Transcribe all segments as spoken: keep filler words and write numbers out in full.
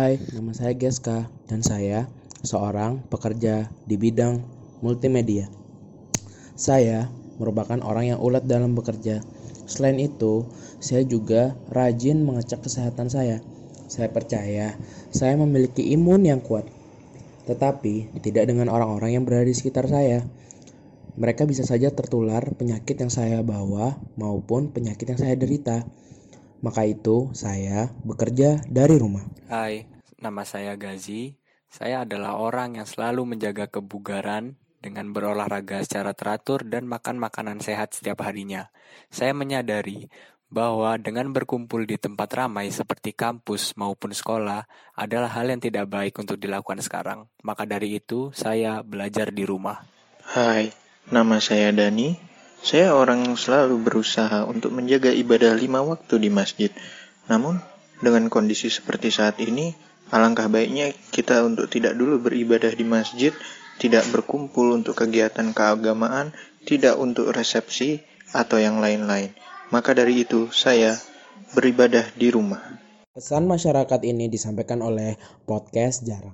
Hai, nama saya Geska dan saya seorang pekerja di bidang multimedia. Saya merupakan orang yang ulet dalam bekerja. Selain itu, saya juga rajin mengecek kesehatan saya. Saya percaya saya memiliki imun yang kuat, tetapi tidak dengan orang-orang yang berada di sekitar saya. Mereka bisa saja tertular penyakit yang saya bawa maupun penyakit yang saya derita. Maka itu, saya bekerja dari rumah. Hai, nama saya Gazi. Saya adalah orang yang selalu menjaga kebugaran dengan berolahraga secara teratur dan makan makanan sehat setiap harinya. Saya menyadari bahwa dengan berkumpul di tempat ramai seperti kampus maupun sekolah adalah hal yang tidak baik untuk dilakukan sekarang. Maka dari itu, saya belajar di rumah. Hai, nama saya Dani. Saya orang yang selalu berusaha untuk menjaga ibadah lima waktu di masjid. Namun, dengan kondisi seperti saat ini, alangkah baiknya kita untuk tidak dulu beribadah di masjid, tidak berkumpul untuk kegiatan keagamaan, tidak untuk resepsi, atau yang lain-lain. Maka dari itu, saya beribadah di rumah. Pesan masyarakat ini disampaikan oleh Podcast Jarang.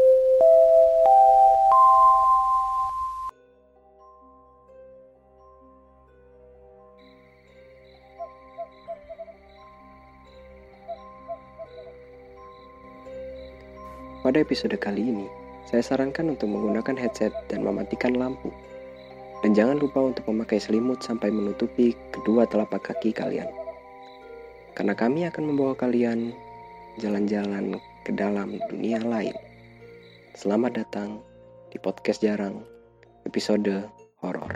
Pada episode kali ini, saya sarankan untuk menggunakan headset dan mematikan lampu. Dan jangan lupa untuk memakai selimut sampai menutupi kedua telapak kaki kalian. Karena kami akan membawa kalian jalan-jalan ke dalam dunia lain. Selamat datang di Podcast Jarang, episode horor.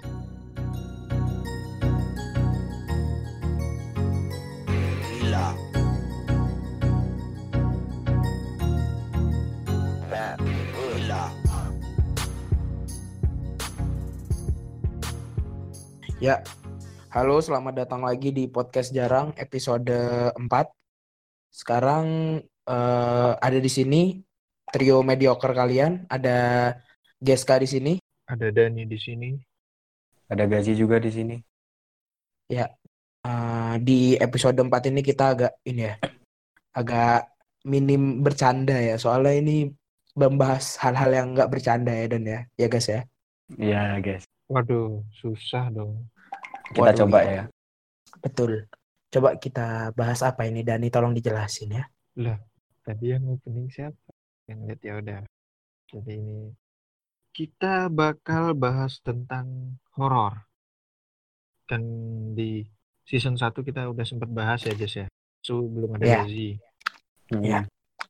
Ya, halo, selamat datang lagi di Podcast Jarang episode empat. Sekarang eh, ada di sini trio mediocre kalian, ada Geska di sini. Ada Dani di sini. Ada Gazi juga di sini. Ya, eh, di episode empat ini kita agak ini ya, agak minim bercanda ya, soalnya ini membahas hal-hal yang nggak bercanda ya Dan ya, ya guys ya. Iya, guys. Waduh, susah dong. Kita Waduh, coba iya. ya. Betul. Coba kita bahas apa ini, Dani, tolong dijelasin ya. Lah, tadi yang opening siapa? Yang lihat ya udah. Jadi ini kita bakal bahas tentang horor. Kan di season satu kita udah sempat bahas ya, Jess ya. So, belum ada Ya. Gazi. Ya.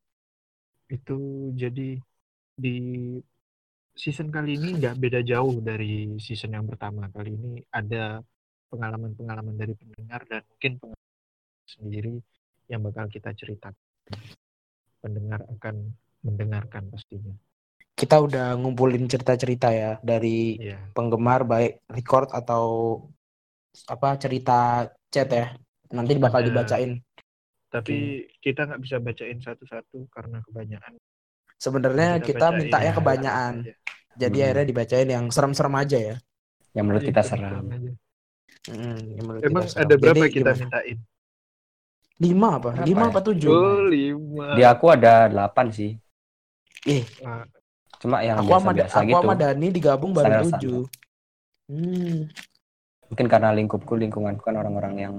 Itu jadi di season kali ini nggak beda jauh dari season yang pertama. Kali ini ada pengalaman-pengalaman dari pendengar dan mungkin pengalaman sendiri yang bakal kita ceritakan. Pendengar akan mendengarkan pastinya. Kita udah ngumpulin cerita-cerita ya dari Iya. penggemar, baik record atau apa cerita chat ya. Nanti bakal Ada. dibacain. Tapi kita nggak bisa bacain satu-satu karena kebanyakan. Sebenarnya Kita kita bacain mintanya yang kebanyakan. aja. Jadi Hmm. akhirnya dibacain yang serem-serem aja ya. Yang menurut Iya, kita serem-serem seram. aja. Hmm, yang menurut Emang kita seram. ada berapa Jadi kita gimana? mintain? Lima apa? Berapa Lima ya? apa tujuh? Oh, lima. Di aku ada delapan sih. Eh, Nah, Cuma yang aku sama biasa-biasa aku gitu. sama Dani digabung baru Standar-standar. tujuh. Hmm. Mungkin karena lingkupku, lingkunganku kan orang-orang yang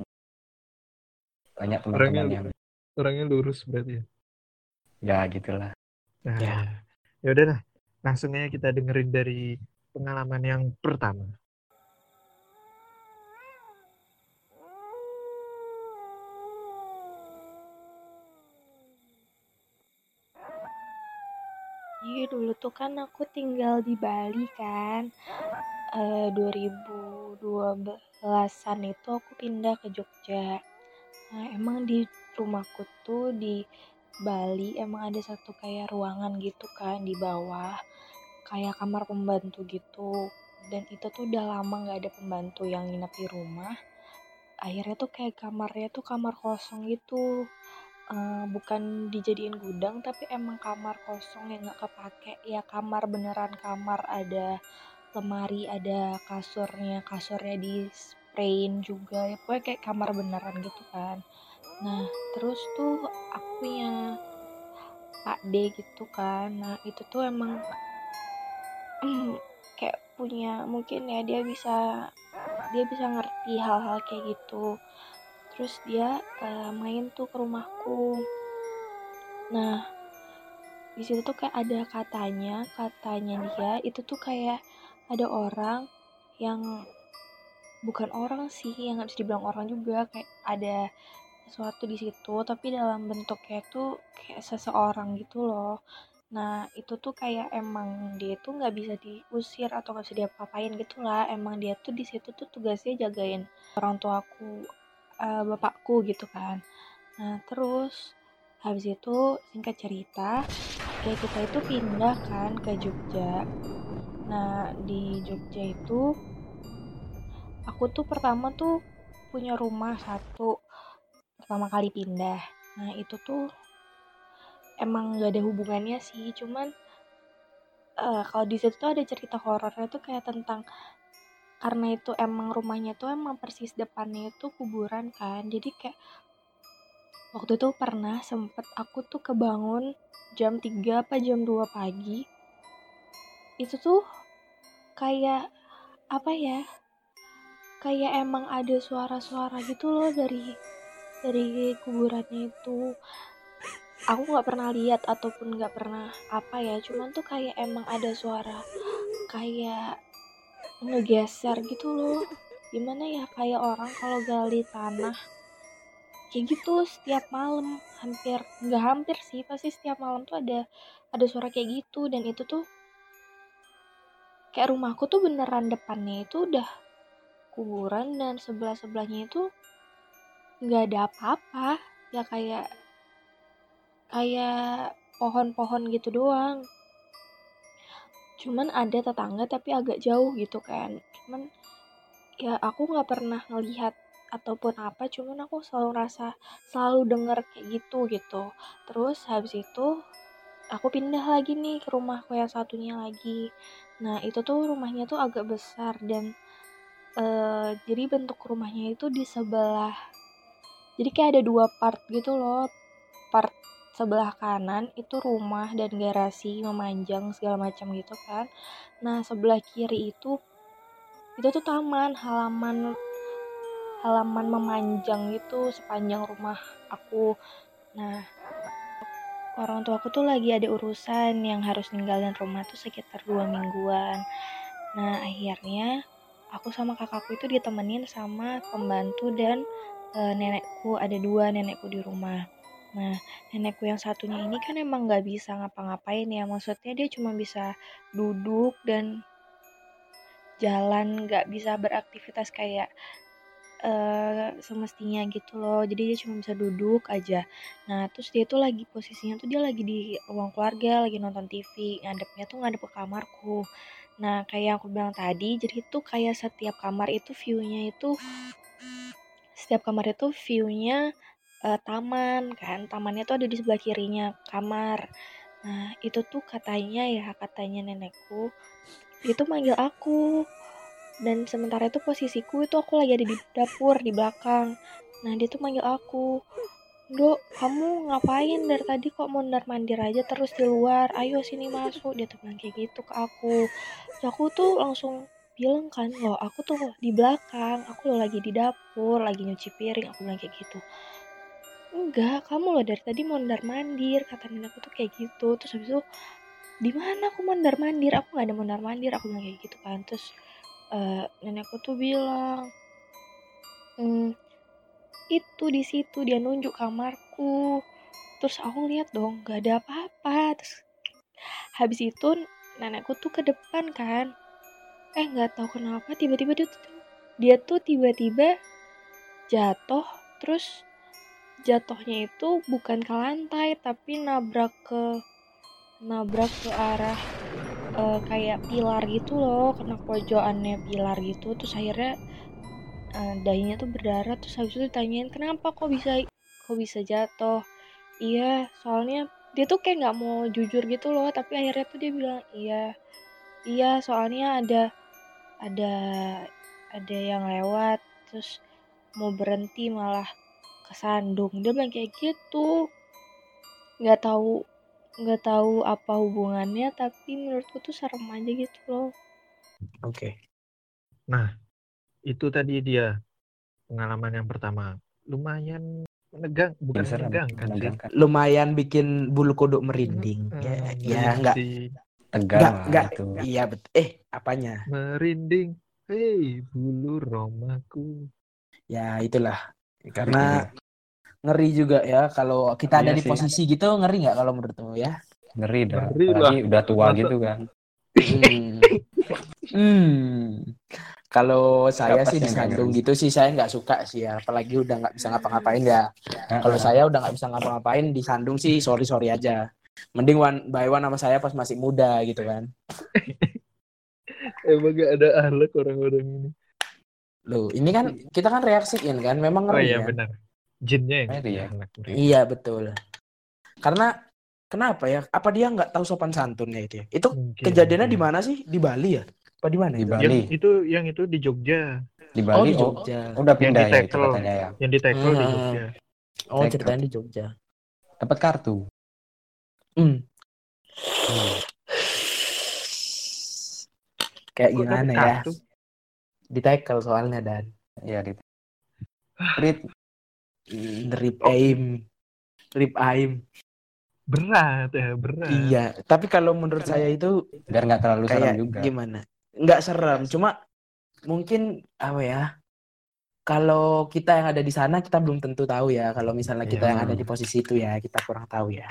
banyak teman-teman orangnya yang orangnya lurus berarti ya. ya gitulah. Nah, Ya. ya udah lah. Langsung aja kita dengerin dari pengalaman yang pertama. Iya, dulu tuh kan aku tinggal di Bali kan. Eh, dua ribu dua belasan itu aku pindah ke Jogja. Nah, emang di rumahku tuh di Bali emang ada satu kayak ruangan gitu kan di bawah. Kayak kamar pembantu gitu. Dan itu tuh udah lama gak ada pembantu yang nginep di rumah. Akhirnya tuh kayak kamarnya tuh kamar kosong gitu. Uh, bukan dijadiin gudang tapi emang kamar kosong yang nggak kepake ya, kamar beneran kamar, ada lemari, ada kasurnya kasurnya di sprayin juga ya, pokoknya kayak kamar beneran gitu kan. Nah terus tuh akunya Pak D gitu kan. Nah itu tuh emang kayak punya, mungkin ya dia bisa dia bisa ngerti hal-hal kayak gitu. Terus dia uh, main tuh ke rumahku. Nah di situ tuh kayak ada katanya katanya dia itu tuh kayak ada orang yang bukan orang sih, yang nggak bisa dibilang orang juga, kayak ada sesuatu di situ tapi dalam bentuknya tuh kayak seseorang gitu loh. Nah itu tuh kayak emang dia tuh nggak bisa diusir atau nggak bisa diapa-apain gitu lah. Emang dia tuh di situ tuh tugasnya jagain orang tuaku, uh, bapakku gitu kan. Nah terus habis itu singkat cerita kayak kita itu pindah kan ke Jogja. Nah di Jogja itu aku tuh pertama tuh punya rumah satu pertama kali pindah. Nah itu tuh emang gak ada hubungannya sih, cuman uh, kalau di situ tuh ada cerita horornya tuh kayak tentang, karena itu emang rumahnya tuh emang persis depannya itu kuburan kan. Jadi kayak waktu itu pernah sempet aku tuh kebangun jam tiga apa jam dua pagi. Itu tuh kayak apa ya? Kayak emang ada suara-suara gitu loh dari dari kuburannya itu. Aku nggak pernah lihat ataupun nggak pernah apa ya, cuman tuh kayak emang ada suara kayak ngegeser gitu loh. Gimana ya, kayak orang kalau gali tanah kayak gitu setiap malam. Hampir nggak hampir sih, pasti setiap malam tuh ada ada suara kayak gitu. Dan itu tuh kayak rumahku tuh beneran depannya itu udah kuburan dan sebelah sebelahnya itu nggak ada apa-apa ya, kayak kayak pohon-pohon gitu doang. Cuman ada tetangga tapi agak jauh gitu kan. Cuman ya aku nggak pernah ngelihat ataupun apa, cuman aku selalu rasa selalu denger kayak gitu gitu. Terus habis itu aku pindah lagi nih ke rumahku yang satunya lagi. Nah itu tuh rumahnya tuh agak besar dan uh, jadi bentuk rumahnya itu di sebelah, jadi kayak ada dua part gitu loh. Part sebelah kanan itu rumah dan garasi memanjang segala macam gitu kan. Nah sebelah kiri itu itu tuh taman, halaman halaman memanjang gitu sepanjang rumah aku. Nah orang tua aku tuh lagi ada urusan yang harus ninggalin rumah tuh sekitar dua mingguan. Nah akhirnya aku sama kakakku itu ditemenin sama pembantu dan e, nenekku, ada dua nenekku di rumah. Nah nenekku yang satunya ini kan emang gak bisa ngapa-ngapain ya, maksudnya dia cuma bisa duduk dan jalan, gak bisa beraktivitas kayak uh, semestinya gitu loh. Jadi dia cuma bisa duduk aja. Nah terus dia tuh lagi posisinya tuh dia lagi di ruang keluarga, lagi nonton T V, ngadepnya tuh ngadep ke kamarku. Nah kayak yang aku bilang tadi, jadi tuh kayak setiap kamar itu view-nya itu setiap kamar itu view-nya uh, taman kan. Tamannya tuh ada di sebelah kirinya kamar. Nah itu tuh katanya ya, katanya nenekku itu manggil aku. Dan sementara itu posisiku itu aku lagi ada di dapur di belakang. Nah dia tuh manggil aku, "Dok, kamu ngapain dari tadi kok mondar mandir aja terus di luar? Ayo sini masuk." Dia tuh bilang kayak gitu ke aku. Terus aku tuh langsung bilang kan, "Loh aku tuh di belakang, aku loh lagi di dapur, lagi nyuci piring." Aku bilang kayak gitu. "Enggak, kamu loh dari tadi mondar mandir," kata nenekku tuh kayak gitu. Terus habis itu, "Di mana aku mondar mandir? Aku nggak ada mondar mandir." Aku bilang kayak gitu kan. Terus uh, nenekku tuh bilang, hmm, itu di situ dia nunjuk kamarku. Terus aku lihat dong gak ada apa-apa. Terus habis itu nenekku tuh ke depan kan, eh nggak tahu kenapa tiba-tiba dia tuh dia tuh tiba-tiba jatuh. Terus jatuhnya itu bukan ke lantai tapi nabrak ke nabrak ke arah uh, kayak pilar gitu loh, kena pojokannya pilar gitu. Terus akhirnya uh, dahinya tuh berdarah. Terus habis itu ditanyain kenapa kok bisa kok bisa jatuh. Iya soalnya dia tuh kayak nggak mau jujur gitu loh, tapi akhirnya tuh dia bilang iya iya soalnya ada ada ada yang lewat terus mau berhenti malah kesandung. Dia bilang kayak gitu. Nggak tahu nggak tahu apa hubungannya, tapi menurutku tuh serem aja gitu loh. Oke. Nah, itu tadi dia pengalaman yang pertama. Lumayan menegang, bukan Yang serem, menegangkan sih. menegangkan. Lumayan bikin bulu kuduk merinding. Eh, Ya, eh, ya enggak merinding. Tegang enggak lah enggak. itu. Iya betul. Eh, apanya? Merinding. Hei, bulu romaku. Ya, itulah. Itu Karena dia. ngeri juga ya kalau kita ada Iya di sih. posisi gitu, ngeri nggak kalau menurutmu ya? Ngeri dah. Ngeri lah. Apalagi udah tua Masa- gitu kan. Hmm. Hmm. Kalau saya Siapa sih sih yang nggak disandung ngeri? gitu sih saya nggak suka sih ya. Apalagi udah nggak bisa ngapa-ngapain ya. Ah, Kalau ah. saya udah nggak bisa ngapa-ngapain disandung sih sorry sorry aja. Mending one by one sama saya pas masih muda gitu kan. Emang gak ada ahlak orang-orang ini. Loh, ini kan kita kan reaksiin kan, memang Oh ngeri iya kan. benar. Jinnya yang Ngeri ya. ahlak mereka. Iya betul. Karena kenapa ya? Apa dia nggak tahu sopan santunnya itu ya? Itu Mungkin, kejadiannya di mungkin. mana sih? Di Bali ya? Apa di mana Di itu? Bali. Yang itu yang itu di Jogja. Di Oh Bali di oh, Jogja. udah Yang pindah di ya itu tackle. katanya ya. Yang di tackle di Hmm. Jogja. Oh Tackle. ceritanya di Jogja. Dapat kartu. Hmm. Hmm. Kayak Kok gimana dapet ya? kartu? Di tackle soalnya dan Iya di Rit. rip aim, rip aim. Berat ya, berat. Iya. Tapi kalau menurut saya itu Biar nggak terlalu serem kayak juga. gimana? Nggak serem, cuma mungkin apa ya? Kalau kita yang ada di sana kita belum tentu tahu ya. Kalau misalnya kita Iya. yang ada di posisi itu ya kita kurang tahu ya.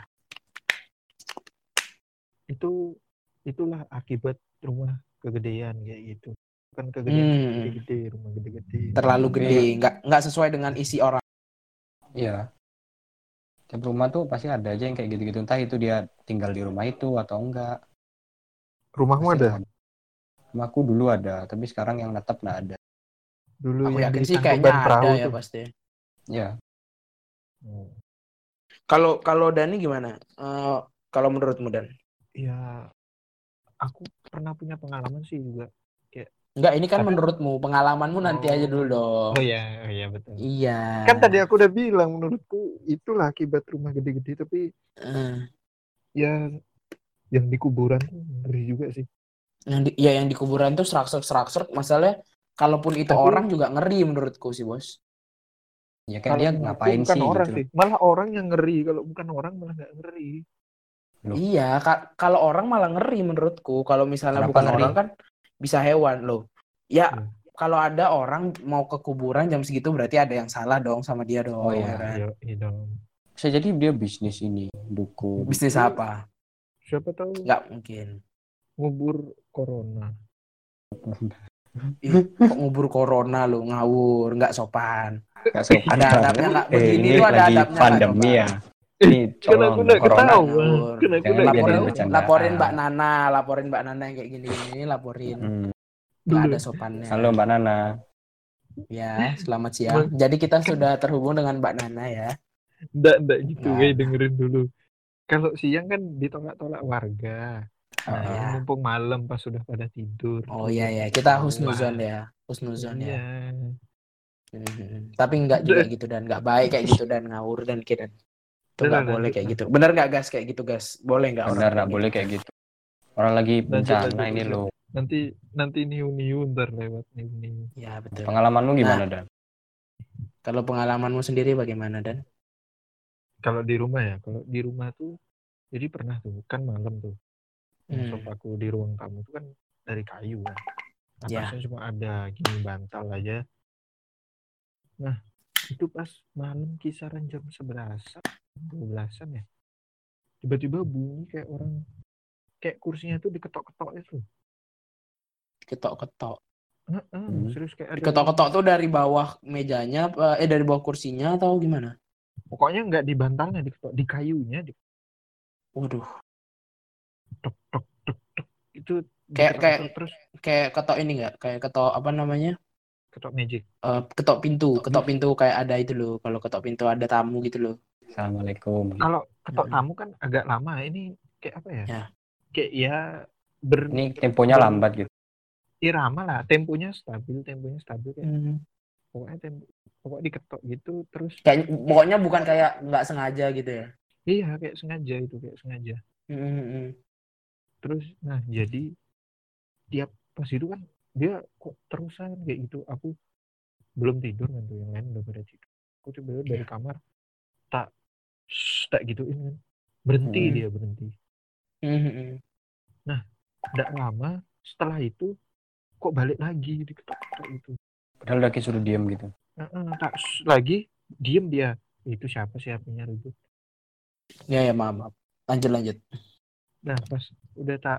Itu itulah akibat rumah kegedean kayak gitu. Bukan kegedean cuma Hmm. gede-gede, rumah gede-gede. Terlalu Tapi- gede, nggak nggak sesuai dengan isi orang. Iya. Tiap rumah tuh pasti ada aja yang kayak gitu-gitu. Entah itu dia tinggal di rumah itu atau enggak. Rumahmu Pasti ada? Rumahku dulu ada, tapi sekarang yang netap nggak ada. Dulu Aku yang yakin sih ditangkap kayaknya ban perahu ada ya tuh. pasti. Ya, Hmm. Kalau kalau Dani gimana? Eh, kalau menurutmu Dan? Ya, aku pernah punya pengalaman sih juga. Enggak, ini kan Apa? menurutmu, pengalamanmu nanti aja dulu dong. Oh iya, oh iya betul. Iya. Kan tadi aku udah bilang menurutku itulah akibat rumah gede-gede, tapi Eh, ya yang di kuburan tuh ngeri juga sih. yang di, ya yang di kuburan tuh serak-serak, masalahnya kalaupun itu Tapi- orang juga ngeri menurutku sih, Bos. ya kayak dia menurutku ngapain bukan sih orang gitu. sih, malah orang yang ngeri. Kalau bukan orang malah nggak ngeri. Loh. Iya, ka- kalau orang malah ngeri menurutku. Kalau misalnya Kenapa bukan ngeri? orang kan bisa hewan loh. Ya, Hmm. kalau ada orang mau ke kuburan jam segitu berarti ada yang salah dong sama dia dong. Oh, iya. ya kan? Iya, iya dong. Bisa jadi dia bisnis ini, dukun. Bisnis apa? Siapa tahu Nggak mungkin. ngubur corona. Ih, kok ngubur corona lo, ngawur, nggak sopan. Nggak sopan. Ada adabnya nggak? Eh, Begini ini tuh ada lagi adabnya nggak, pandemi coba? ya. Ini Kan aku colong udah corona. ketahuan. Ngawur. Kan aku Jangan udah Laporin, dijadiin ketahuan. bercandaan. laporin Mbak Nana, laporin Mbak Nana yang kayak gini-gini, ini laporin. Hmm. Nggak Dulu. ada sopannya. Halo Mbak Nana. Ya, selamat siang. Jadi kita sudah terhubung dengan Mbak Nana ya. Nggak, nggak gitu, Nggak guys, ada. dengerin dulu. Kalau siang kan ditolak-tolak warga. Oh Nah, ya. mumpung malam pas sudah pada tidur. Oh tuh. iya ya, kita Wah. husnuzon ya, husnuzon ya. Iya. Mhm. Tapi nggak juga gitu dan nggak baik kayak gitu dan ngawur dan kira itu nggak Udah, boleh lanjut, kayak gitu. Bener nggak gas kayak gitu gas? Boleh nggak orang Benar kayak nggak gitu? boleh kayak gitu. Orang lagi Lanjut, bencana lanjut, ini lanjut. loh. Nanti nanti niu-niu ntar lewat niu-niu. Ya betul. Pengalamanmu gimana Nah. Dan? Kalau pengalamanmu sendiri bagaimana Dan? Kalau di rumah ya, kalau di rumah tuh jadi pernah tuh kan malam tuh. Yang Hmm. sofaku di ruang tamu tuh kan dari kayu kan. Ya. Atasnya cuma ada gini bantal aja. Nah, itu pas malam kisaran jam sebelasan, dua belasan ya. Tiba-tiba bunyi kayak orang kayak kursinya tuh diketok-ketok itu. Ketok-ketok. Heeh, Hmm. serius kayak ada. Ketok-ketok tuh dari bawah mejanya, apa- eh dari bawah kursinya atau gimana? Pokoknya nggak di bantalnya, diketok di kayunya, di Waduh, tok tok tok tok itu Kayak- diketok-ketok kayak- terus kayak ketok ini nggak? Kayak ketok apa namanya? ketok magic. Eh, ketok pintu, ketok pintu kayak ada itu loh. Kalau ketok pintu ada tamu gitu loh. Assalamualaikum. Kalau ketok Mm-mm. tamu kan agak lama. Ini kayak apa ya? Ya. Kayak ya ber Ini temponya ber- lambat gitu. irama lah, temponya stabil, temponya stabil kayak Hmm. pokoknya tempo pokoknya diketok gitu terus Kayak pokoknya bukan kayak nggak sengaja gitu ya. iya kayak sengaja itu kayak sengaja. Mm-mm. Terus nah jadi tiap pas itu kan dia kok terusan kayak gitu. Aku belum tidur kan tuh, yang lain udah pada tidur. Aku coba dari Iya. kamar tak shh, tak gituin kan. Berhenti Hmm. dia berhenti. Mm-mm. Nah, tidak lama setelah itu kok balik lagi diketok-ketok itu. Padahal lagi suruh diam gitu. Nah, eh, tak shh, lagi diem dia. Itu siapa sih apinya ribut. Ya ya maaf, maaf. Lanjut lanjut. Nah, pas udah tak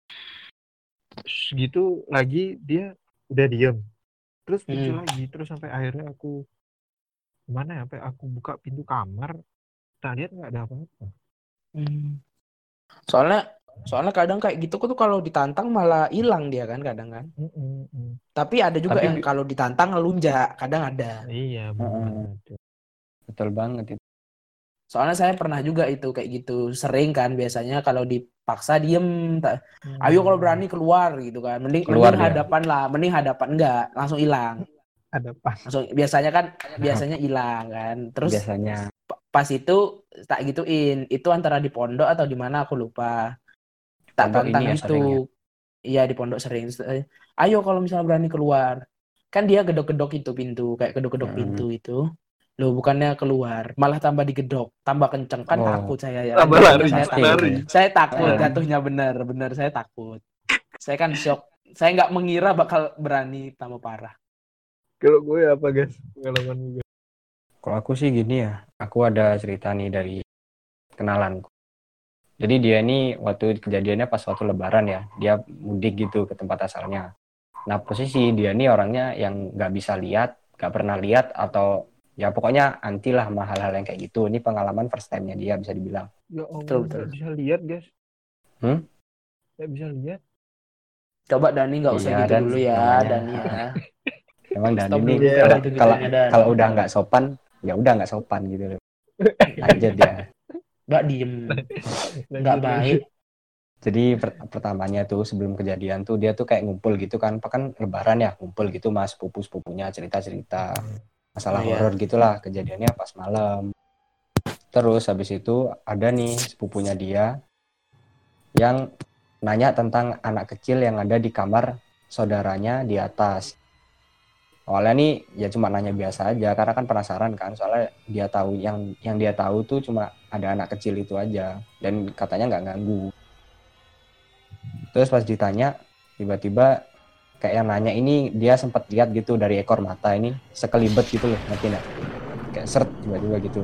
shh, gitu lagi dia udah diem. Terus muncul Hmm. lagi, terus sampai akhirnya aku mana ya, sampai aku buka pintu kamar, tak lihat nggak ada apa-apa. Hmm. Soalnya soalnya kadang kayak gitu tuh kalau ditantang malah hilang dia kan kadang kan. Mm, mm, mm. Tapi ada juga Tapi yang bi- kalau ditantang ngelunjak, kadang ada. Iya benar Heeh. ada. betul banget itu. Soalnya saya pernah juga itu kayak gitu, sering kan biasanya kalau dipaksa diem, tak- ayo kalau Hmm, berani keluar gitu kan. Mending Keluar mending dia. hadapan lah, mending hadapan enggak, langsung hilang. ada pas. Langsung biasanya kan biasanya hilang kan. Terus Biasanya. pa- pas itu tak gituin, itu antara di pondok atau di mana aku lupa. Tak Pondok tantang ini ya sering ya. gitu. Iya di pondok sering. Ayo kalau misalnya berani keluar. Kan dia gedok-gedok itu pintu, kayak gedok-gedok Mm-mm. pintu itu. Loh bukannya keluar, malah tambah digedok, tambah kenceng. Kan Oh. takut saya ya. Tambah Jatuhnya lari, saya Pasti takut. gitu lari. ya. Saya takut Heeh. jatuhnya bener-bener saya takut. Saya kan shock. Saya nggak mengira bakal berani tambah parah. Kalau gue apa guys pengalaman gue? Kalau aku sih gini ya, aku ada cerita nih dari kenalanku. Jadi dia ini waktu kejadiannya pas waktu lebaran ya, dia mudik gitu ke tempat asalnya. Nah posisi dia ini orangnya yang nggak bisa lihat, nggak pernah lihat atau ya pokoknya anti lah sama hal-hal yang kayak gitu. Ini pengalaman first time-nya dia bisa dibilang. Ya Betul, Allah betul. nggak bisa lihat guys. Hmm? Nggak bisa lihat. Coba Dani nggak usah Iya gitu dan dulu ya, namanya Dani ya. emang Dani Stop ini dulu Iya. kalau kalau gitu kalau gitunya Dan. kalau udah nggak sopan ya udah nggak sopan gitu loh. Lanjut ya. Nggak diem, nggak Lanjut, baik. Jadi per- pertamanya tuh sebelum kejadian tuh dia tuh kayak ngumpul gitu kan, kan lebaran ya ngumpul gitu mas sepupu-sepupunya cerita-cerita masalah Oh, iya. horor gitulah kejadiannya pas malam. Terus habis itu ada nih sepupunya dia yang nanya tentang anak kecil yang ada di kamar saudaranya di atas. Awalnya nih ya cuma nanya biasa aja karena kan penasaran kan, soalnya dia tahu yang yang dia tahu tuh cuma ada anak kecil itu aja dan katanya nggak ganggu. Terus pas ditanya tiba-tiba kayak yang nanya ini dia sempat lihat gitu dari ekor mata ini sekelibet gitu loh, ngerti nggak? Kayak seret tiba-tiba gitu.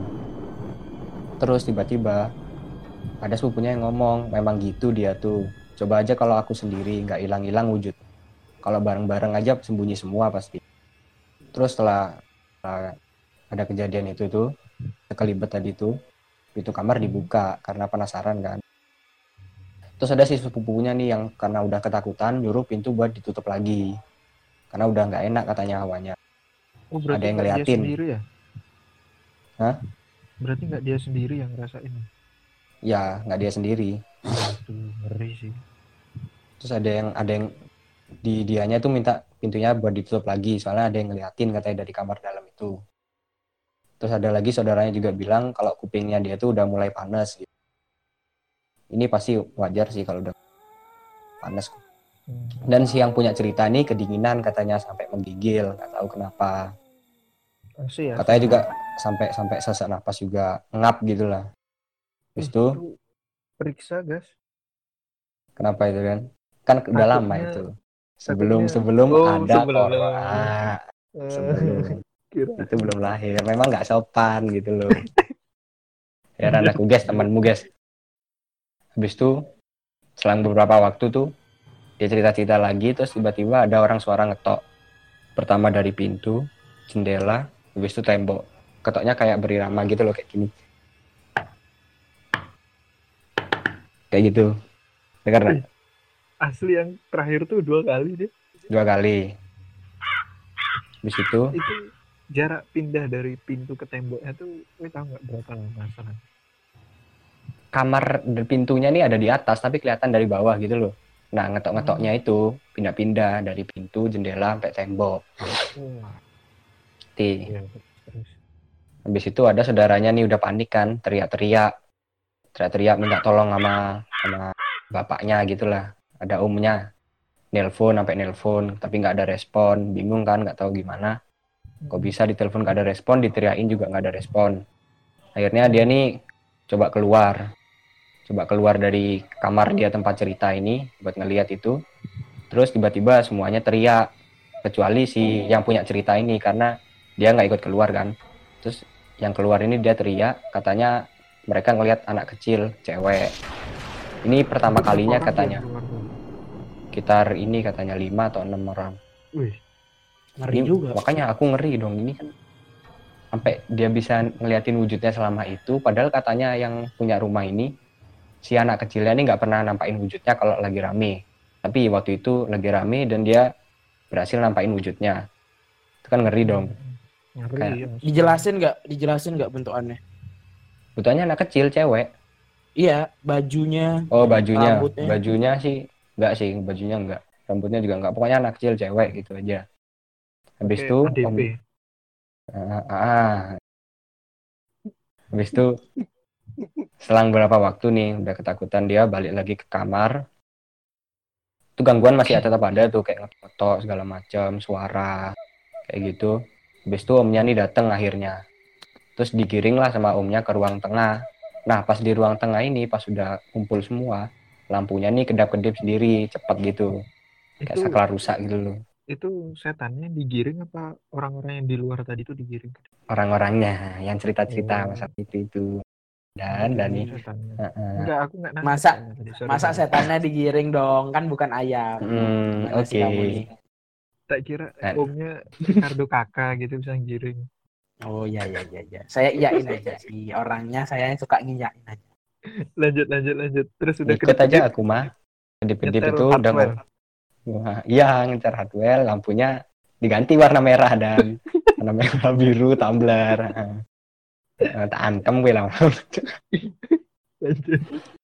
Terus tiba-tiba ada sepupunya yang ngomong memang gitu dia tuh. Coba aja kalau aku sendiri nggak hilang-hilang wujud. Kalau bareng-bareng aja sembunyi semua pasti. Terus setelah, setelah ada kejadian itu tuh sekelibet tadi tuh pintu kamar dibuka karena penasaran kan. Terus ada si sepupunya nih yang karena udah ketakutan nyuruh pintu buat ditutup lagi karena udah nggak enak katanya hawanya. Oh berarti Ada yang nggak dia ngeliatin. sendiri ya? Hah? Berarti nggak dia sendiri yang ngerasain? Ya nggak dia sendiri. Aduh ngeri sih. Terus ada yang ada yang di dianya tuh minta pintunya buat ditutup lagi soalnya ada yang ngeliatin katanya dari kamar dalam itu. Terus ada lagi saudaranya juga bilang kalau kupingnya dia tuh udah mulai panas gitu. Ini pasti wajar sih kalau udah panas. Hmm. Dan si yang punya cerita nih kedinginan katanya sampai menggigil, nggak tahu kenapa. Asli ya. Katanya juga sampai sampai sesak napas juga ngap gitulah. Terus Eh, tuh itu periksa guys. kenapa itu kan? Kan udah lama Takutnya- itu. Sebelum takutnya- sebelum Oh, ada sebelum. corona. Eh, Sebelum kira. itu belum lahir. Memang nggak sopan gitu loh. Ya anakku guys, temanmu guys. Habis itu selang beberapa waktu tuh dia cerita-cerita lagi terus tiba-tiba ada orang suara ngetok. Pertama dari pintu, jendela, habis itu tembok. Ketoknya kayak berirama gitu loh kayak gini. Kayak gitu. Dengar nggak? Asli yang terakhir tuh dua kali deh. Dua kali. Habis itu Itu jarak pindah dari pintu ke temboknya tuh, gue tahu nggak berapa lama sana? kamar dan pintunya nih ada di atas tapi kelihatan dari bawah gitu loh. Nah ngetok-ngetoknya itu pindah-pindah dari pintu, jendela sampai tembok. Wah, Ti. iya, terus. Habis itu ada saudaranya nih udah panik kan, teriak-teriak. Teriak-teriak minta tolong sama sama bapaknya gitulah. Ada omnya nelpon sampai nelpon tapi nggak ada respon, bingung kan, nggak tahu gimana. Kok bisa ditelepon nggak ada respon, diteriakin juga nggak ada respon. Akhirnya dia nih coba keluar, coba keluar dari kamar dia tempat cerita ini buat ngelihat itu. Terus tiba-tiba semuanya teriak, kecuali si yang punya cerita ini karena dia nggak ikut keluar kan. Terus yang keluar ini dia teriak, katanya mereka ngelihat anak kecil, cewek. Ini pertama kalinya katanya. Sekitar ini katanya lima atau enam orang. Wih, Ngeri Ini, juga. makanya aku ngeri dong, ini kan sampai dia bisa ngeliatin wujudnya selama itu, padahal katanya yang punya rumah ini si anak kecilnya ini nggak pernah nampain wujudnya kalau lagi rame, tapi waktu itu lagi rame dan dia berhasil nampain wujudnya. Itu kan ngeri dong. ngeri Kayak- ya. maksudnya. Dijelasin nggak? Dijelasin nggak bentukannya? Wujudnya anak kecil cewek. Iya, bajunya. Oh bajunya, Rambutnya. bajunya sih nggak sih, bajunya nggak, rambutnya juga nggak, pokoknya anak kecil cewek gitu aja. Habis Pakai itu A D P. om- Ah, ah. Habis itu selang beberapa waktu nih udah ketakutan, dia balik lagi ke kamar. Itu gangguan masih tetap ada tuh, kayak ngefoto segala macam, suara kayak gitu. Habis itu omnya nih datang akhirnya. Terus digiring lah sama omnya ke ruang tengah. Nah pas di ruang tengah ini pas sudah kumpul semua, lampunya nih kedap-kedip sendiri cepet gitu, kayak Itu saklar rusak gitu loh. itu setannya digiring apa orang-orang yang di luar tadi itu digiring? Orang-orangnya yang cerita-cerita Oh. masa itu itu. Dan dan nih Setannya. Heeh. Enggak, aku enggak nangkep Masa- soalnya tadi. Sorry, Masa sorry. setannya digiring dong, kan bukan ayam. Hmm, Gimana sih oke. kamu nih? Tak kira Nah. omnya Ricardo Kakak gitu bisa giring. Oh iya iya iya iya. Saya iyain aja sih, orangnya saya suka ngiyain aja. Lanjut lanjut lanjut. Terus udah Ikut aja kedip-kedip, aku mah. Kedip-kedip nyetel itu udah hardware. mau. Wah, iya ngejar hardware, lampunya diganti warna merah dan warna merah biru tumbler. Nah, tak antem gue lah. Lanjut.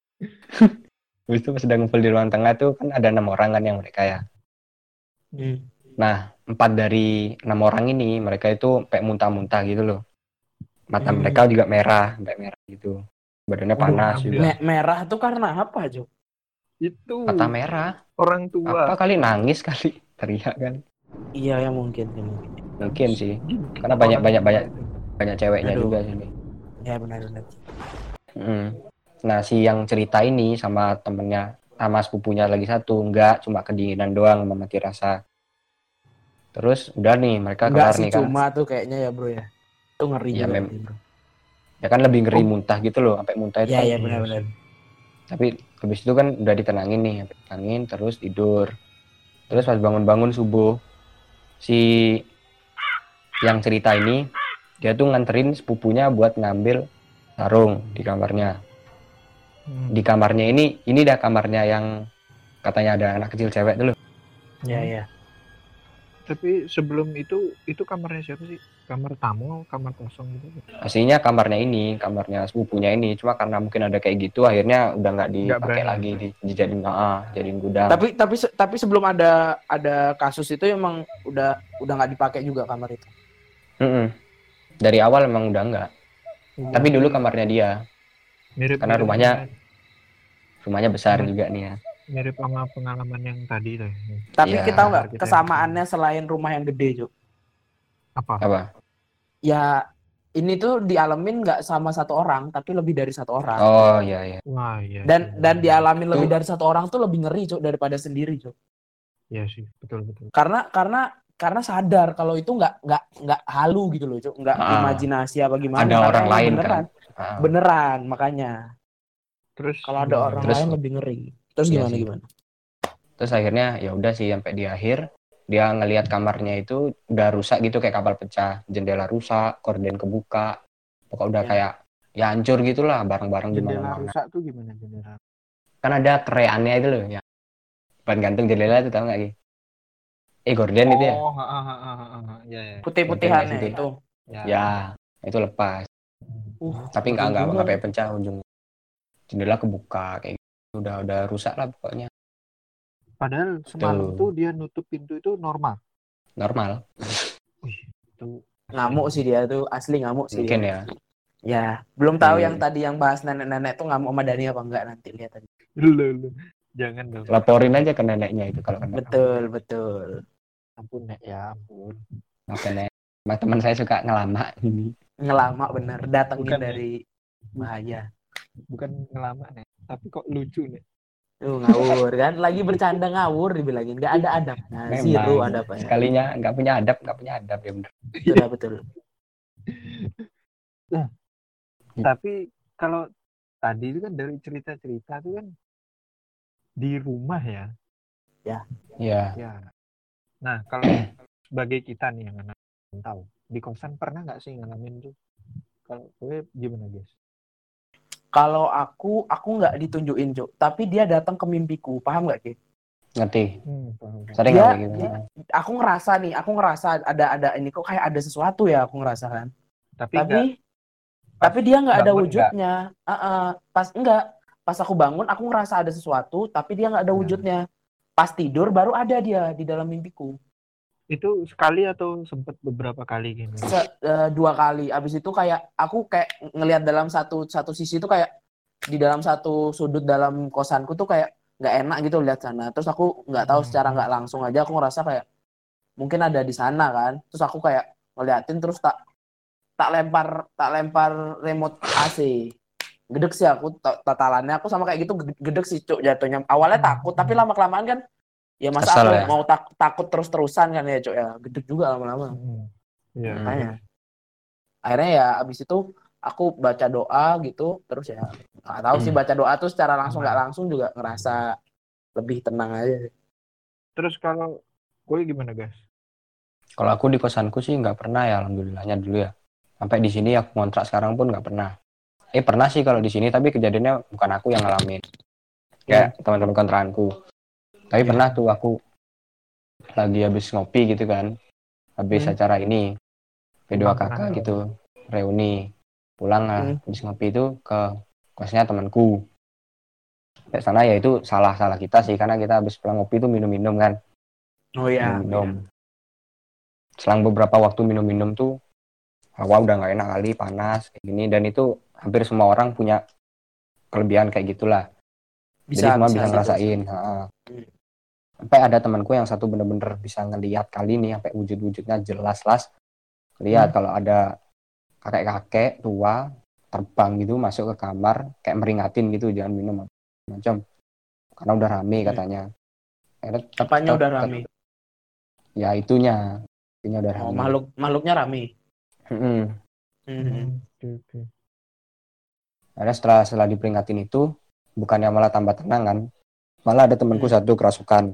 Habis itu pas udah ngumpul di ruang tengah tuh kan ada enam orang kan yang mereka ya. Hmm. Nah, empat dari enam orang ini mereka itu kayak muntah-muntah gitu loh. Mata Hmm. mereka juga merah, sampai merah gitu. Badannya Waduh, panas ambil. juga. Me- merah tuh karena apa, Jo? Itu Mata merah. orang tua. Apa kali nangis kali teriak kan? Iya ya mungkin sih mungkin. Mungkin sih. Gini, Karena banyak orang banyak tua banyak itu. banyak ceweknya Aduh. juga sini. Ya benar-benar. Mm. Nah, si yang cerita ini sama temennya, sama sepupunya lagi satu, enggak, cuma kedinginan doang, mati rasa. Terus udah nih, mereka Enggak kelar sih nih kan. cuma tuh kayaknya ya, Bro ya. Itu ngeri Iya, juga mem- sih, Bro. Ya kan lebih ngeri Oh. muntah gitu loh, sampai muntah itu Iya kan. iya benar-benar. Tapi habis itu kan udah ditenangin nih, tenangin terus tidur. Terus pas bangun-bangun subuh, si yang cerita ini dia tuh nganterin sepupunya buat ngambil sarung di kamarnya. Hmm. Di kamarnya ini, ini dah kamarnya yang katanya ada anak kecil cewek dulu. Iya iya. Tapi sebelum itu itu kamarnya siapa sih? Kamar tamu, kamar kosong gitu. Aslinya kamarnya ini, kamarnya sepupunya ini. Cuma karena mungkin ada kayak gitu, akhirnya udah nggak Nggak dipakai berani. lagi, di, dijadiin ah, jadiin gudang. Tapi tapi se- tapi sebelum ada ada kasus itu emang udah udah nggak dipakai juga kamar itu. Mm-mm. Dari awal emang udah nggak. Tapi dulu kamarnya dia, mirip karena mirip rumahnya sama- rumahnya besar Rumah- juga nih ya. mirip sama pengalaman yang tadi tuh. Tapi Iya, kita nggak kita- kesamaannya selain rumah yang gede, Jo. Apa? Apa? Ya ini tuh dialamin nggak sama satu orang, tapi lebih dari satu orang. Oh iya iya. Wah, iya. Dan sih. dan dialamin Itu- lebih dari satu orang tuh lebih ngeri, Cok, daripada sendiri, Cok. Iya sih, betul betul. Karena karena karena sadar kalau itu nggak nggak nggak halu gitu loh, Cok. Nggak Ah. imajinasi apa gimana. Ada karena orang emang lain beneran, kan. Ah. beneran makanya. Terus Kalau ada gimana? orang Terus- lain lebih ngeri. Terus Iya gimana sih. gimana? Terus akhirnya ya udah sih sampai di akhir dia ngelihat kamarnya itu udah rusak gitu kayak kapal pecah, jendela rusak, korden kebuka, pokoknya udah Ya. kayak ya hancur gitulah, barang-barang di Jendela mana-mana. rusak tuh gimana jendela? Kan ada kereannya itu loh ya, ban gantung jendela itu tahu nggak Ki? Eh gorden itu ya, Oh, ha, ha, ha, ha, ha, ha. Ya, ya. Putih-putihannya Konten itu. Ya. ya itu lepas, Uh, tapi nggak nggak juga. nggak sampai pecah ujung, jendela kebuka kayak gitu. udah udah rusak lah pokoknya. Padahal semalam Tuh. tuh dia nutup pintu itu normal. Normal Tuh Ngamuk sih dia tuh, asli ngamuk sih. mungkin dia. ya. Ya, belum tahu Hmm. yang tadi yang bahas nenek-nenek tuh ngamuk sama Dani apa enggak, nanti lihat aja. Lu, lu. Jangan dong. Laporin aja ke neneknya itu kalau kena. Betul, betul. Ampun Nek, ya ampun. Oke, Nek. Mas teman saya suka ngelama ini. Ngelama bener, datengin Bukan, dari bahaya. Bukan ngelama Nek, tapi kok lucu Nek. Tuh ngawur kan, lagi bercanda ngawur dibilangin, nggak ada adabnya, zero Memang adabnya. sekalinya nggak punya adab, nggak punya adab ya bener. Betul, betul. Nah, tapi kalau tadi itu kan dari cerita-cerita itu kan di rumah ya. Ya. Iya. Ya. Nah, kalau sebagai kita nih yang anak tahu, di kosan pernah nggak sih ngalamin tuh? Kalau gue gimana guys? Kalau aku, aku nggak ditunjukin Cuk, tapi dia datang ke mimpiku, paham nggak Ki? Ngerti. Hmm, paham. Sering Dia, nggak kayak gitu? dia, aku ngerasa nih, aku ngerasa ada ada ini kok kayak ada sesuatu ya, aku ngerasa kan. Tapi Tapi, nggak, tapi dia nggak ada bangun wujudnya. Uh, uh, pas enggak, pas aku bangun, aku ngerasa ada sesuatu, tapi dia nggak ada Nah. wujudnya. Pas tidur baru ada dia di dalam mimpiku. itu sekali atau sempet beberapa kali gitu? Se- uh, dua kali. Abis itu kayak aku kayak ngelihat dalam satu satu sisi itu kayak di dalam satu sudut dalam kosanku tuh kayak nggak enak gitu lihat sana. Terus aku nggak tahu secara nggak langsung aja aku ngerasa kayak mungkin ada di sana kan. Terus aku kayak ngeliatin terus tak tak lempar tak lempar remote A C. Gedek sih aku t- totalannya aku sama kayak gitu gede- gedek sih Cuk jatuhnya. Awalnya takut tapi lama kelamaan kan ya masa Kesel aku ya? mau tak- takut terus terusan kan ya Cuk ya. Gedek juga lama-lama. Hmm. Iya. Hmm. Makanya. Akhirnya ya abis itu aku baca doa gitu terus ya nggak tahu sih baca doa tuh secara langsung nggak langsung juga ngerasa lebih tenang aja. Terus kalau gue gimana guys? Kalau aku di kosanku sih nggak pernah ya, alhamdulillahnya dulu ya. Sampai di sini aku kontrak sekarang pun nggak pernah. Eh pernah sih kalau di sini, tapi kejadiannya bukan aku yang ngalamin. Kayak teman-teman kontrakanku. Tapi Iya. pernah tuh aku lagi habis ngopi gitu kan, habis Hmm. acara ini, P dua K K Pernah. gitu, reuni. Pulang lah, Hmm. habis ngopi itu ke kosnya temanku. Sampai sana ya itu salah-salah kita sih, karena kita habis pulang ngopi itu minum-minum kan. Oh iya. Minum. Selang beberapa waktu minum-minum tuh hawa udah nggak enak kali, panas kayak gini, dan itu hampir semua orang punya kelebihan kayak gitulah. Bisa Jadi semua bisa, bisa, ngerasain. bisa. Ha-ha. Hmm. Sampai ada temanku yang satu bener-bener bisa ngelihat kali nih sampai wujud-wujudnya jelas-jelas. Lihat Hmm. kalau ada kakek-kakek tua terbang gitu masuk ke kamar kayak meringatin gitu jangan minum macam karena udah rame katanya. Akhirnya tetap- Apanya tetap- udah tetap- rame? Ya itunya, itunya udah Oh rame. makhluk makhluknya rame. Mm-mm. Hmm. Hmm, oke, oke. Akhirnya setelah setelah diperingatin itu bukannya malah tambah tenang kan, malah ada temanku Hmm. satu kerasukan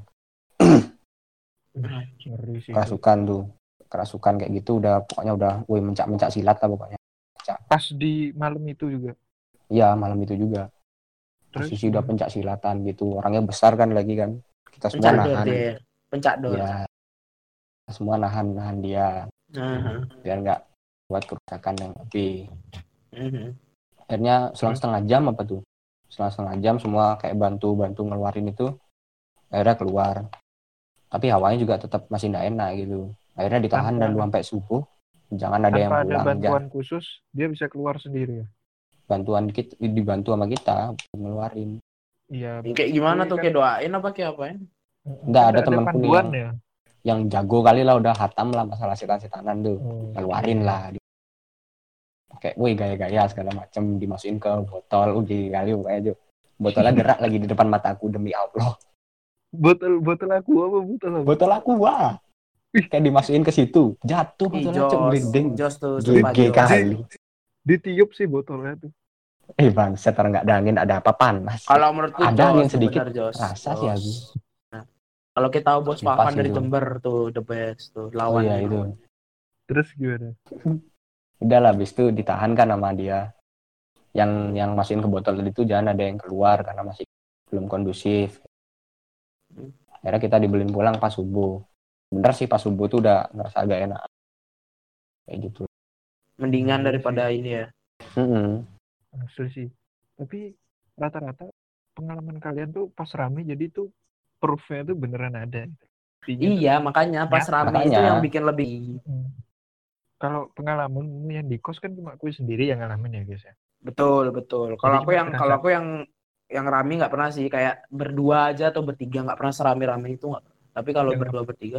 Ngeri sih. kerasukan tuh kerasukan kayak gitu udah pokoknya udah woi mencak-mencak silat lah pokoknya. Pas di malam itu juga. Iya malam itu juga Terus posisi udah pencak silatan gitu, orangnya besar kan lagi kan, kita semua Pencak dor nahan. dia. Pencak dor. Ya kita semua nahan nahan dia Aha. biar nggak buat kerusakan yang lebih. Mhm. Akhirnya selang setengah jam apa tuh selang setengah jam semua kayak bantu bantu ngeluarin itu, akhirnya keluar tapi hawanya juga tetap masih nggak enak gitu. Akhirnya ditahan Tanpa- dan sampai subuh jangan ada yang tanpa ada pulang. bantuan Jangan- khusus, dia bisa keluar sendiri ya. bantuan kita dibantu sama kita ngeluarin. Iya. Kayak gimana tuh kan- kayak doain apa kayak apain? Nggak, ada temanku nih panduan yang- ya. Yang jago kali lah udah hatam lah masalah setan-setanan tuh, Oh, keluarin iya. lah kayak woi gaya-gaya segala macem dimasukin ke botol uji kali pokoknya tuh botolnya gerak lagi di depan mataku demi Allah. Botol botol aku apa botol apa? Botol aku wah kayak dimasukin ke situ jatuh Ih, botolnya cuk Jos, merinding Jos tuh sumpah gede Jos. kali. Ditiup sih botolnya tuh. Eh bangset orang nggak ada angin ada apa panas. Kalau menurutku Ada Jos angin tuh sedikit, bener, Jos. rasa Jos. sih aku. Nah, kalau kita tahu bos Sumpah Fafan sih dari itu. Jember tuh the best tuh Oh lawan. iya itu. Terus gimana? Udah lah habis itu ditahan kan sama dia. Yang yang masukin ke botol tadi itu jangan ada yang keluar karena masih belum kondusif. Akhirnya kita dibeliin pulang pas subuh. Bener sih pas subuh tuh udah ngerasa agak enak. Kayak gitu. Mendingan Iya daripada ini ya. Mm-mm. Asli sih. Tapi rata-rata pengalaman kalian tuh pas rame jadi tuh proofnya tuh beneran ada. Artinya tuh- Iya, makanya pas Ya, rame makanya. itu yang bikin lebih. Hmm. Kalau pengalamanmu yang di kos kan cuma aku sendiri yang ngalamin ya guys ya. Betul, betul. Kalau Jadi aku cuma yang kerasa. kalau aku yang yang rame nggak pernah sih, kayak berdua aja atau bertiga nggak pernah serame-rame itu nggak. Tapi kalau Yang berdua bertiga,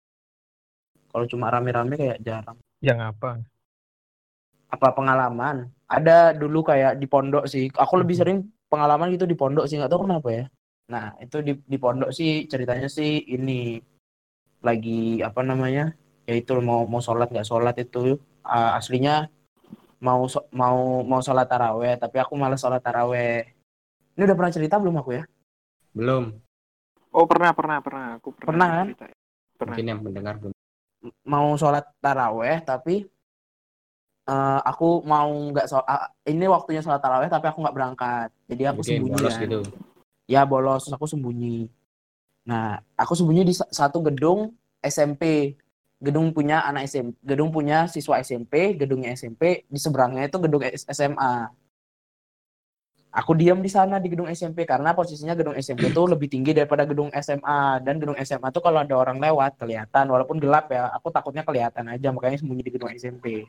kalau cuma rame-rame kayak jarang. Yang apa? Apa pengalaman? Ada dulu kayak di pondok sih. Aku lebih Mhm. sering pengalaman gitu di pondok sih, nggak tahu kenapa ya. Nah itu di di pondok sih ceritanya sih ini lagi apa namanya? Ya itu mau mau sholat nggak sholat itu uh, aslinya mau so- mau mau sholat taraweh, tapi aku malas sholat taraweh. Ini udah pernah cerita belum aku ya? Belum. Oh pernah pernah pernah aku pernah, Pernah kan? cerita. Pernah. Mungkin yang mendengar belum. Mau sholat taraweh tapi uh, aku mau nggak so uh, ini waktunya sholat taraweh tapi aku nggak berangkat. Jadi aku Oke, sembunyi bolos kan. gitu. Ya bolos, terus aku sembunyi. Nah, aku sembunyi di sa- satu gedung S M P. Gedung punya anak S M P, gedung punya siswa S M P, gedungnya S M P, di seberangnya itu gedung S M A. Aku diam di sana di gedung S M P karena posisinya gedung S M P itu lebih tinggi daripada gedung S M A, dan gedung S M A tuh kalau ada orang lewat kelihatan walaupun gelap ya. Aku takutnya kelihatan aja, makanya sembunyi di gedung S M P.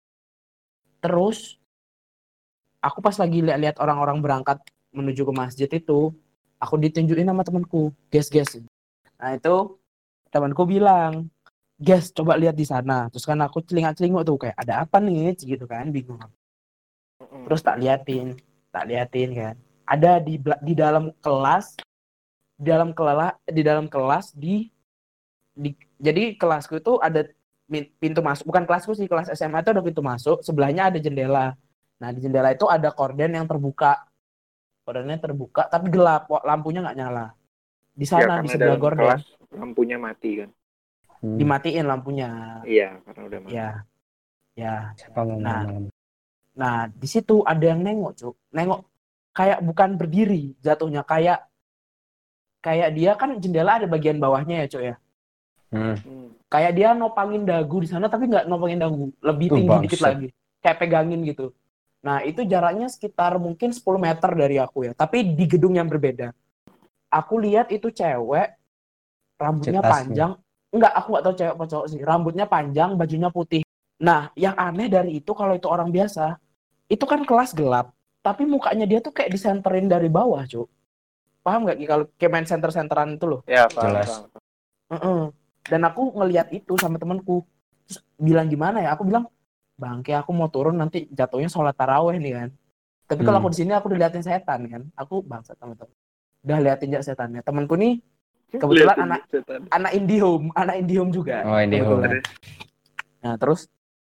Terus aku pas lagi lihat-lihat orang-orang berangkat menuju ke masjid itu, aku ditunjukin sama temanku, guys guys. Nah itu temanku bilang, guys coba lihat di sana. Terus kan aku celingak-celinguk tuh kayak ada apa nih gitu kan, bingung. Terus tak liatin, tak liatin kan. Ada di di dalam kelas, di dalam kelas, di dalam kelas di, di jadi kelasku itu ada pintu masuk, bukan kelasku sih, kelas S M A itu ada pintu masuk, sebelahnya ada jendela. Nah di jendela itu ada korden yang terbuka, kordennya terbuka tapi gelap, lampunya nggak nyala. Di Ya sana di karena sebelah dalam gorden kelas lampunya mati kan. Hmm. dimatiin lampunya. Iya karena udah mati. Ya, ya. Siapa mau Nah, malam? nah di situ ada yang nengok, Cuk. Nengok kayak bukan berdiri, jatuhnya kayak kayak dia kan jendela ada bagian bawahnya ya, Cuk ya. Hmm. Hmm. Kayak dia nopangin dagu di sana tapi nggak nopangin dagu, lebih Tuh, tinggi dikit bangsat. lagi. Kayak pegangin gitu. Nah, itu jaraknya sekitar mungkin sepuluh meter dari aku ya, tapi di gedung yang berbeda. Aku lihat itu cewek, rambutnya Cetasnya. panjang. Enggak, aku nggak tahu cewek apa cowok sih. Rambutnya panjang, bajunya putih. Nah, yang aneh dari itu kalau itu orang biasa, itu kan kelas gelap, tapi mukanya dia tuh kayak disenterin dari bawah, Cuk. Paham nggak Ki? Kalau kayak main center-centeran itu loh. Ya paham, Jelas. paham. Uh-uh. Dan aku ngelihat itu sama temanku. Terus bilang gimana ya? Aku bilang, bangke aku mau turun nanti jatuhnya sholat taraweh nih kan. Tapi kalau Hmm. aku di sini aku diliatin setan kan. Aku bangsat teman-teman. Udah liatin aja setannya. Temanku nih kebetulan Liatin anak setan. anak IndiHome, anak IndiHome juga. Oh, IndiHome. Kebetulan. Nah, terus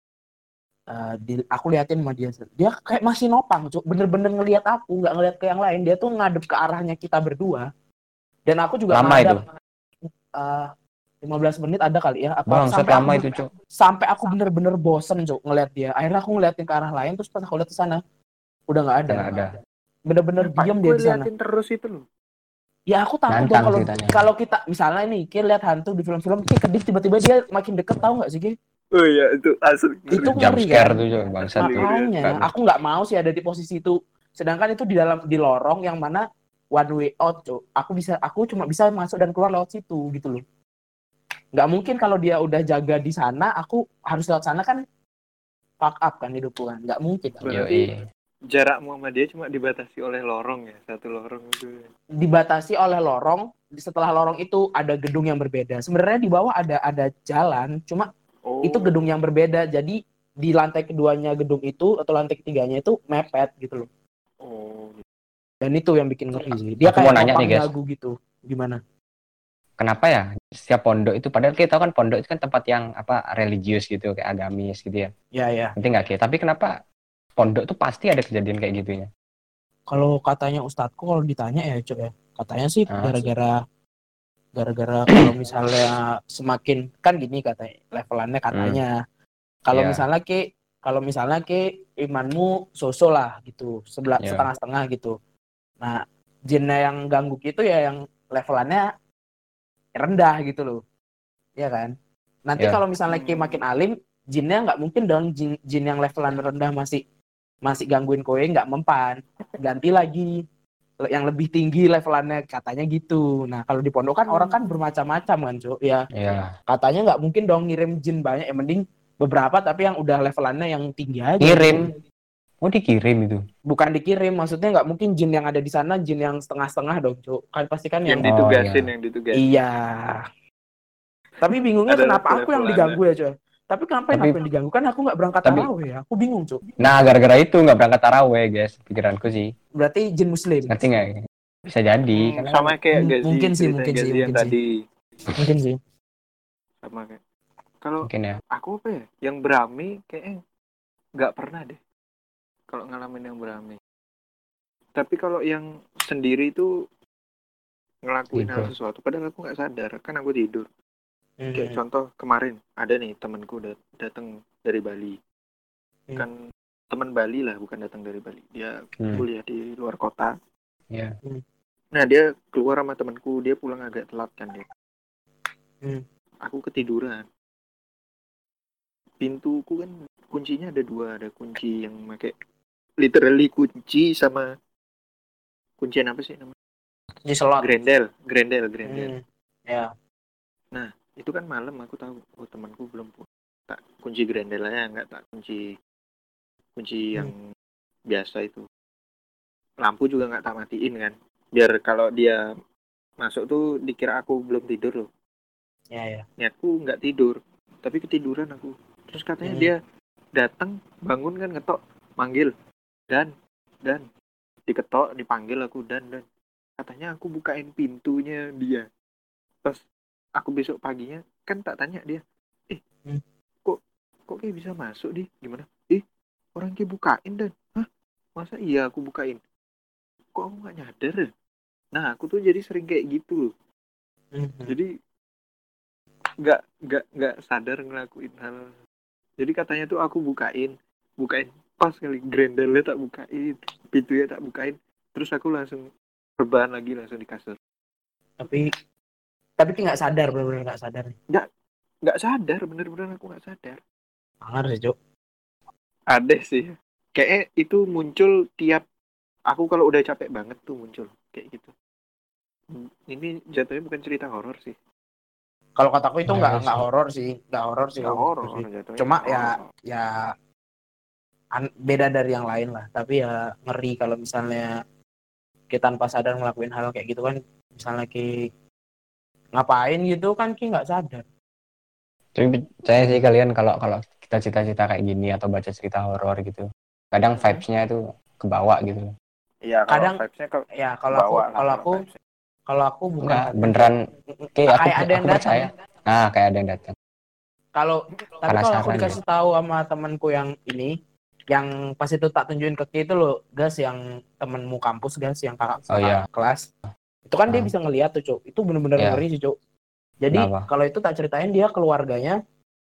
Uh, di, aku liatin sama dia, dia kayak masih nopang, Cuk. Bener-bener ngelihat aku, nggak ngelihat ke yang lain. Dia tuh ngadep ke arahnya kita berdua. Dan aku juga Lama ngadep. itu? Uh, lima belas menit ada kali ya. Apa, Bangsat sampai lama aku, itu, Cuk. Sampai aku bener-bener bosen, Cuk, ngeliat dia. Akhirnya aku ngeliatin ke arah lain, terus pas aku lihat ke sana, udah nggak ada. Nggak ada. Bener-bener diam dia di sana. Liatin terus itu loh. Ya aku takut Nantang dong kalau ceritanya. kalau kita misalnya nih, Ki lihat hantu di film-film, Ki kedip tiba-tiba dia makin deket, tahu nggak sih, Ki? Oh iya itu asli. Itu Jump ngeri scare kan? tuh, Cuk. Bangsat tuh. Makanya aku nggak mau sih ada di posisi itu. Sedangkan itu di dalam di lorong yang mana one way out, Cuk. Aku bisa aku cuma bisa masuk dan keluar lewat situ gitu loh. Nggak mungkin kalau dia udah jaga di sana, aku harus lewat sana kan, fuck up kan hidupku kan. Nggak mungkin. Berarti Yoi. jarakmu sama dia cuma dibatasi oleh lorong ya, satu lorong itu. Dibatasi oleh lorong. Setelah lorong itu ada gedung yang berbeda. Sebenarnya di bawah ada ada jalan, cuma Oh. itu gedung yang berbeda. Jadi di lantai keduanya gedung itu atau lantai ketiganya itu mepet gitu loh. Oh. Dan itu yang bikin ngeri sih. Dia Aku mau kayak nanya nopang nih, guys. dagu gitu. Gimana? Kenapa ya setiap pondok itu, padahal kita tahu kan pondok itu kan tempat yang apa religius gitu, kayak agamis gitu ya. Ya ya. Nanti nggak kayak. Tapi kenapa pondok tuh pasti ada kejadian kayak gitunya? Kalau katanya ustadku kalau ditanya ya, Cuk ya. Katanya sih Ah. gara-gara gara-gara kalau misalnya semakin kan gini katanya levelannya katanya. Kalau Iya. misalnya ke kalau misalnya ke imanmu so-so lah gitu, sebelah Iya. setengah-setengah gitu. Nah, jinnya yang ganggu gitu ya yang levelannya rendah gitu loh. Iya kan? Nanti Iya. kalau misalnya ke makin alim, jinnya nggak mungkin dong jin, jin yang levelan rendah masih masih gangguin kowe, nggak mempan. Ganti lagi yang lebih tinggi levelannya katanya gitu. Nah, kalau di pondok kan orang kan bermacam-macam kan, Cuk. Ya, Iya. katanya nggak mungkin dong ngirim jin banyak, ya mending beberapa tapi yang udah levelannya yang tinggi aja. Ngirim. Oh dikirim itu. Bukan dikirim, maksudnya nggak mungkin jin yang ada di sana jin yang setengah-setengah dong, Cuk. Kan pasti kan yang, Yang ditugasin, iya. yang ditugasin. iya. Tapi bingungnya Ada kenapa aku yang level-levelannya. diganggu ya, Cuk? Tapi kenapa Tapi- aku yang diganggu? Kan aku nggak berangkat Tapi- tarawih ya. Aku bingung, Cuk. Nah gara-gara itu nggak berangkat taraweh guys, pikiranku sih. Berarti jin muslim. Ngerti nggak? Bisa jadi. Hmm, karena sama kayak M- Gazi, mungkin sih, cerita mungkin sih, Gazi yang mungkin sih. tadi. Mungkin sih. Sama kayak. Kalau mungkin ya. aku apa ya? Yang berami kayaknya nggak pernah deh. Kalau ngalamin yang berami. Tapi kalau yang sendiri itu ngelakuin hal Tidur. sesuatu, padahal aku nggak sadar, kan aku tidur. Hmm. Kayak contoh kemarin ada nih temanku dat- datang dari Bali. Hmm. Kan teman Bali lah, bukan datang dari Bali. Dia Hmm. kuliah di luar kota. Iya. Nah dia keluar sama temanku, dia pulang agak telat kan dia. Hmm. Aku ketiduran. Pintuku kan kuncinya ada dua, ada kunci yang pakai literally kunci sama kuncian apa sih namanya? Kunci slot. Grendel, grendel, grendel. Hmm. Ya. Itu kan malam aku tahu, oh temanku belum pulang. Tak kunci grendelnya, nggak tak kunci kunci yang biasa itu. Lampu juga nggak tak matiin kan, biar kalau dia masuk tuh dikira aku belum tidur loh. Ya, ya. Niatku nggak tidur, tapi ketiduran aku. Terus katanya Hmm. dia datang, bangun kan, ngetok, manggil, dan dan diketok, dipanggil aku dan dan. Katanya aku bukain pintunya dia. Terus aku besok paginya kan tak tanya dia, eh Hmm. kok kok kayak bisa masuk di gimana? Eh orang kayak bukain dan, hah masa iya aku bukain? Kok aku nggak nyadar ya? Nah aku tuh jadi sering kayak gitu loh. Hmm. Jadi nggak nggak nggak sadar ngelakuin hal. Jadi katanya tuh aku bukain bukain pas kali grendelnya tak bukain, pintunya tak bukain, terus aku langsung rebahan lagi langsung di kasur. Tapi tapi nggak sadar, benar-benar nggak sadar. Nggak sadar, bener-bener aku nggak sadar. Angar sih, Cuk. Ada sih. Kayaknya itu muncul tiap aku kalau udah capek banget tuh muncul kayak gitu. Ini jatuhnya bukan cerita horor sih. Kalau kataku itu Nggak nggak sih. nggak horor sih, nggak horor sih. Nggak kalau horor menurutku sih. jatuhnya. Cuma nggak ya horor. ya an- beda dari yang lain lah. Tapi ya ngeri kalau misalnya kita tanpa sadar ngelakuin hal kayak gitu kan, misalnya ki ngapain gitu kan ki nggak sadar. Tapi saya sih kalian kalau kalau kita cita-cita kayak gini atau baca cerita horor gitu, kadang vibes-nya itu kebawa gitu. Iya, kalau Kadang vibes-nya ke ya kalau aku bawah lah kalau aku vibes-nya. kalau aku bukan Enggak, kadang. beneran kayak aku, kayak ada yang aku datang. percaya. Nah, kayak ada yang datang. Kalau tapi kalau aku Penasaran dikasih tahu sama temanku yang ini, yang pas itu tak tunjukin ke Ki itu loh, gas yang temenmu kampus, gas yang kakak Oh, iya. kelas. Itu kan dia Hmm. bisa ngeliat tuh, Cuk. Itu bener-bener Iya. ngeri sih, Cuk. Jadi Kenapa? kalau itu tak ceritain dia keluarganya,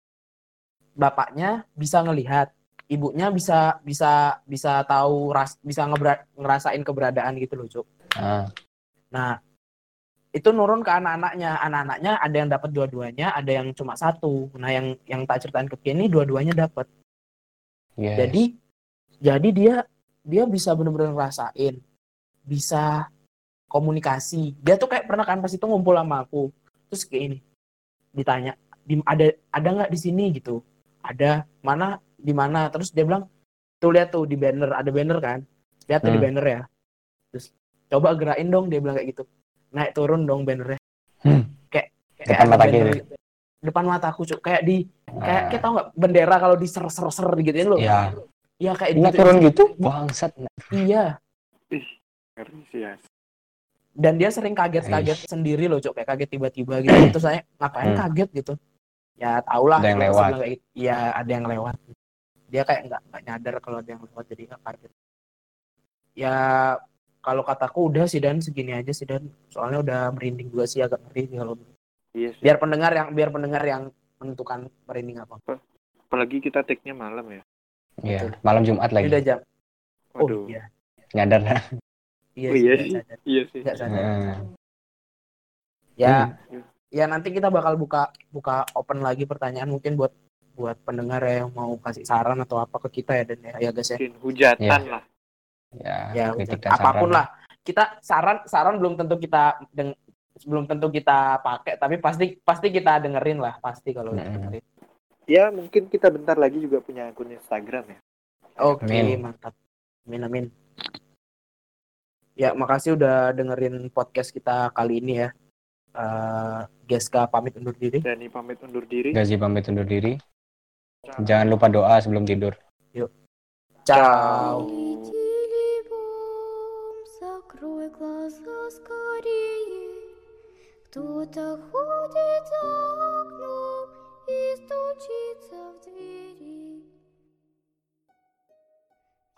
bapaknya bisa ngelihat, ibunya bisa bisa bisa tahu ras, bisa ngebra, ngerasain keberadaan gitu loh, Cuk. Ah, Nah, itu nurun ke anak-anaknya. Anak-anaknya ada yang dapat dua-duanya, ada yang cuma satu. Nah, yang yang tak ceritain ke Ki ini dua-duanya dapat. yes. Jadi jadi dia dia bisa benar-benar ngerasain, bisa komunikasi. Dia tuh kayak pernah kan pas itu ngumpul sama aku. Terus kayak ini ditanya, di, ada ada nggak di sini gitu? Ada, mana, di mana? Terus dia bilang, tuh lihat tuh di banner, ada banner kan? Lihat tuh di Hmm. banner ya. Terus coba gerakin dong, dia bilang kayak gitu. Naik turun dong bannernya. Hmm. Kayak kayak Depan ada mata banner kita. gitu. Depan mataku, Cuk. Kayak di kayak Ah, kita tahu nggak bendera kalau diser-ser-ser gitu ya lo. Iya. Iya kayak Ini gitu. turun gitu, bangsat. Iya. Ih, ngeri sih ya. Dan dia sering kaget-kaget sendiri loh, Cok, kayak kaget tiba-tiba gitu. Terus saya ngapain Hmm. kaget gitu? Ya tau lah. Ada yang Terus lewat. dia bilang kayak gitu. Iya, ada yang lewat. Dia kayak nggak nggak nyadar kalau ada yang lewat, jadi nggak kaget. Ya kalau kataku udah sih Dan, segini aja sih Dan. Soalnya udah merinding juga sih, agak ngeri sih kalau. Iya sih. Biar pendengar yang biar pendengar yang menentukan merinding apa. Apalagi kita take-nya malam ya. Iya, malam Jumat Ini lagi. udah jam. Oh Waduh. iya. Nyadar lah. Iya Oh sih, iya nggak sih. sadar. Iya sih. Nggak sadar. Hmm. Ya, Hmm. ya nanti kita bakal buka buka open lagi pertanyaan mungkin buat buat pendengar ya yang mau kasih saran atau apa ke kita ya Dan ya, ya guys ya. Mungkin hujatan Iya. lah. Ya, Ya kritik udah. dan saran. Apapun lah. Kita saran saran belum tentu kita deng, belum tentu kita pakai, tapi pasti pasti kita dengerin lah, pasti kalau Mm-mm. dengerin. Ya mungkin kita bentar lagi juga punya akun Instagram ya. Oke, Amin. mantap. Amin amin. Ya, makasih udah dengerin podcast kita kali ini ya. Uh, Geska pamit undur diri. Dani pamit undur diri. Gazi pamit undur diri. Jangan lupa doa sebelum tidur. Yuk. Ciao. Закрой глаза скорее, кто-то ходит за окном.